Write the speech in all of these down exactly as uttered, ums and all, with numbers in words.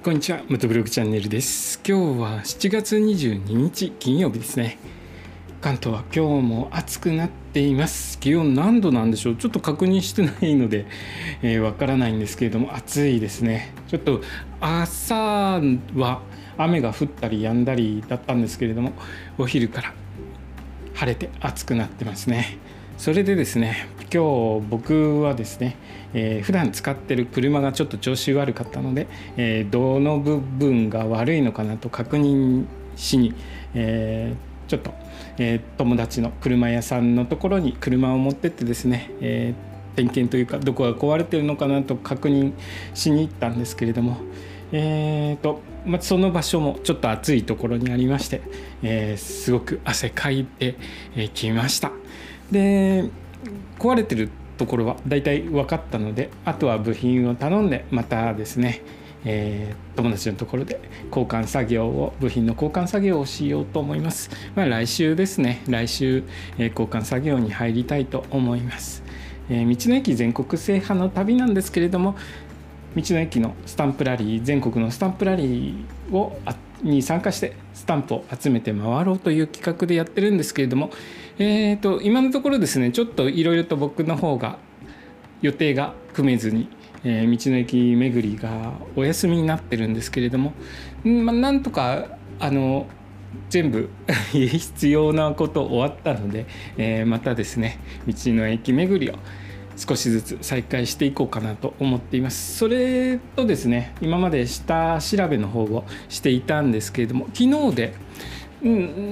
こんにちは、元ブログチャンネルです。今日はしちがつにじゅうににち金曜日ですね。関東は今日も暑くなっています。気温何度なんでしょう、ちょっと確認してないのでわ、えー、からないんですけれども、暑いですね。ちょっと朝は雨が降ったり止んだりだったんですけれども、お昼から晴れて暑くなってますね。それでですね、今日僕はですね、えー、普段使ってる車がちょっと調子悪かったので、えー、どの部分が悪いのかなと確認しに、えー、ちょっと、えー、友達の車屋さんのところに車を持ってってですね、えー、点検というかどこが壊れてるのかなと確認しに行ったんですけれども、えーとまあ、その場所もちょっと暑いところにありまして、えー、すごく汗かいてきました。で、壊れてるところはだいたい分かったので、あとは部品を頼んでまたですね、えー、友達のところで交換作業を部品の交換作業をしようと思います。まあ、来週ですね、来週、えー、交換作業に入りたいと思います。えー、道の駅全国制覇の旅なんですけれども、道の駅のスタンプラリー、全国のスタンプラリーをに参加してスタンプを集めて回ろうという企画でやってるんですけれども、えーと今のところですね、ちょっといろいろと僕の方が予定が組めずに、えー、道の駅巡りがお休みになってるんですけれども、ん、まあ、なんとかあの全部必要なこと終わったので、えー、またですね道の駅巡りを少しずつ再開していこうかなと思っています。それとですね、今まで下調べの方をしていたんですけれども、昨日で、うん、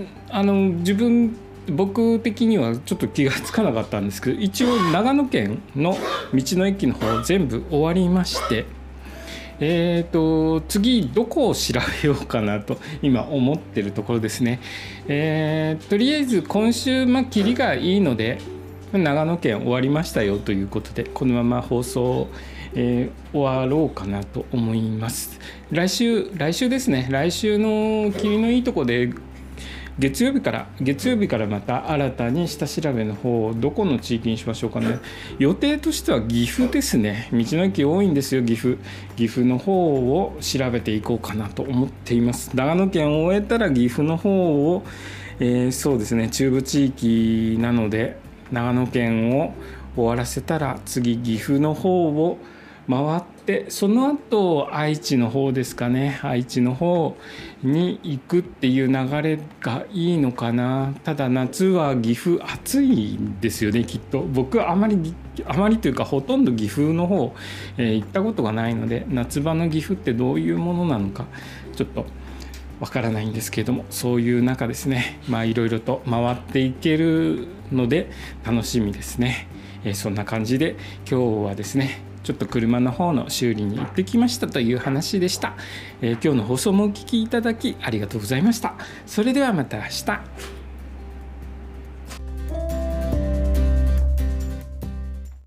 あの自分僕的にはちょっと気がつかなかったんですけど、一応長野県の道の駅の方全部終わりまして、えーと次どこを調べようかなと今思ってるところですね。えー、とりあえず今週、まあ、切りがいいので長野県終わりましたよということで、このまま放送を、えー、終わろうかなと思います。来週来週ですね、来週の切りのいいところで月曜日から月曜日からまた新たに下調べの方、どこの地域にしましょうかね。予定としては岐阜ですね。道の駅多いんですよ、岐阜岐阜の方を調べていこうかなと思っています。長野県を終えたら岐阜の方を、えー、そうですね、中部地域なので長野県を終わらせたら次岐阜の方を回って、その後愛知の方ですかね、愛知の方に行くっていう流れがいいのかな。ただ夏は岐阜暑いんですよね、きっと。僕はあまりあまりというかほとんど岐阜の方、えー、行ったことがないので、夏場の岐阜ってどういうものなのかちょっとわからないんですけれども、そういう中ですね、まあいろいろと回っていけるので楽しみですね。えー、そんな感じで今日はですね、ちょっと車の方の修理に行ってきましたという話でした。えー、今日の放送もお聞きいただきありがとうございました。それではまた明日。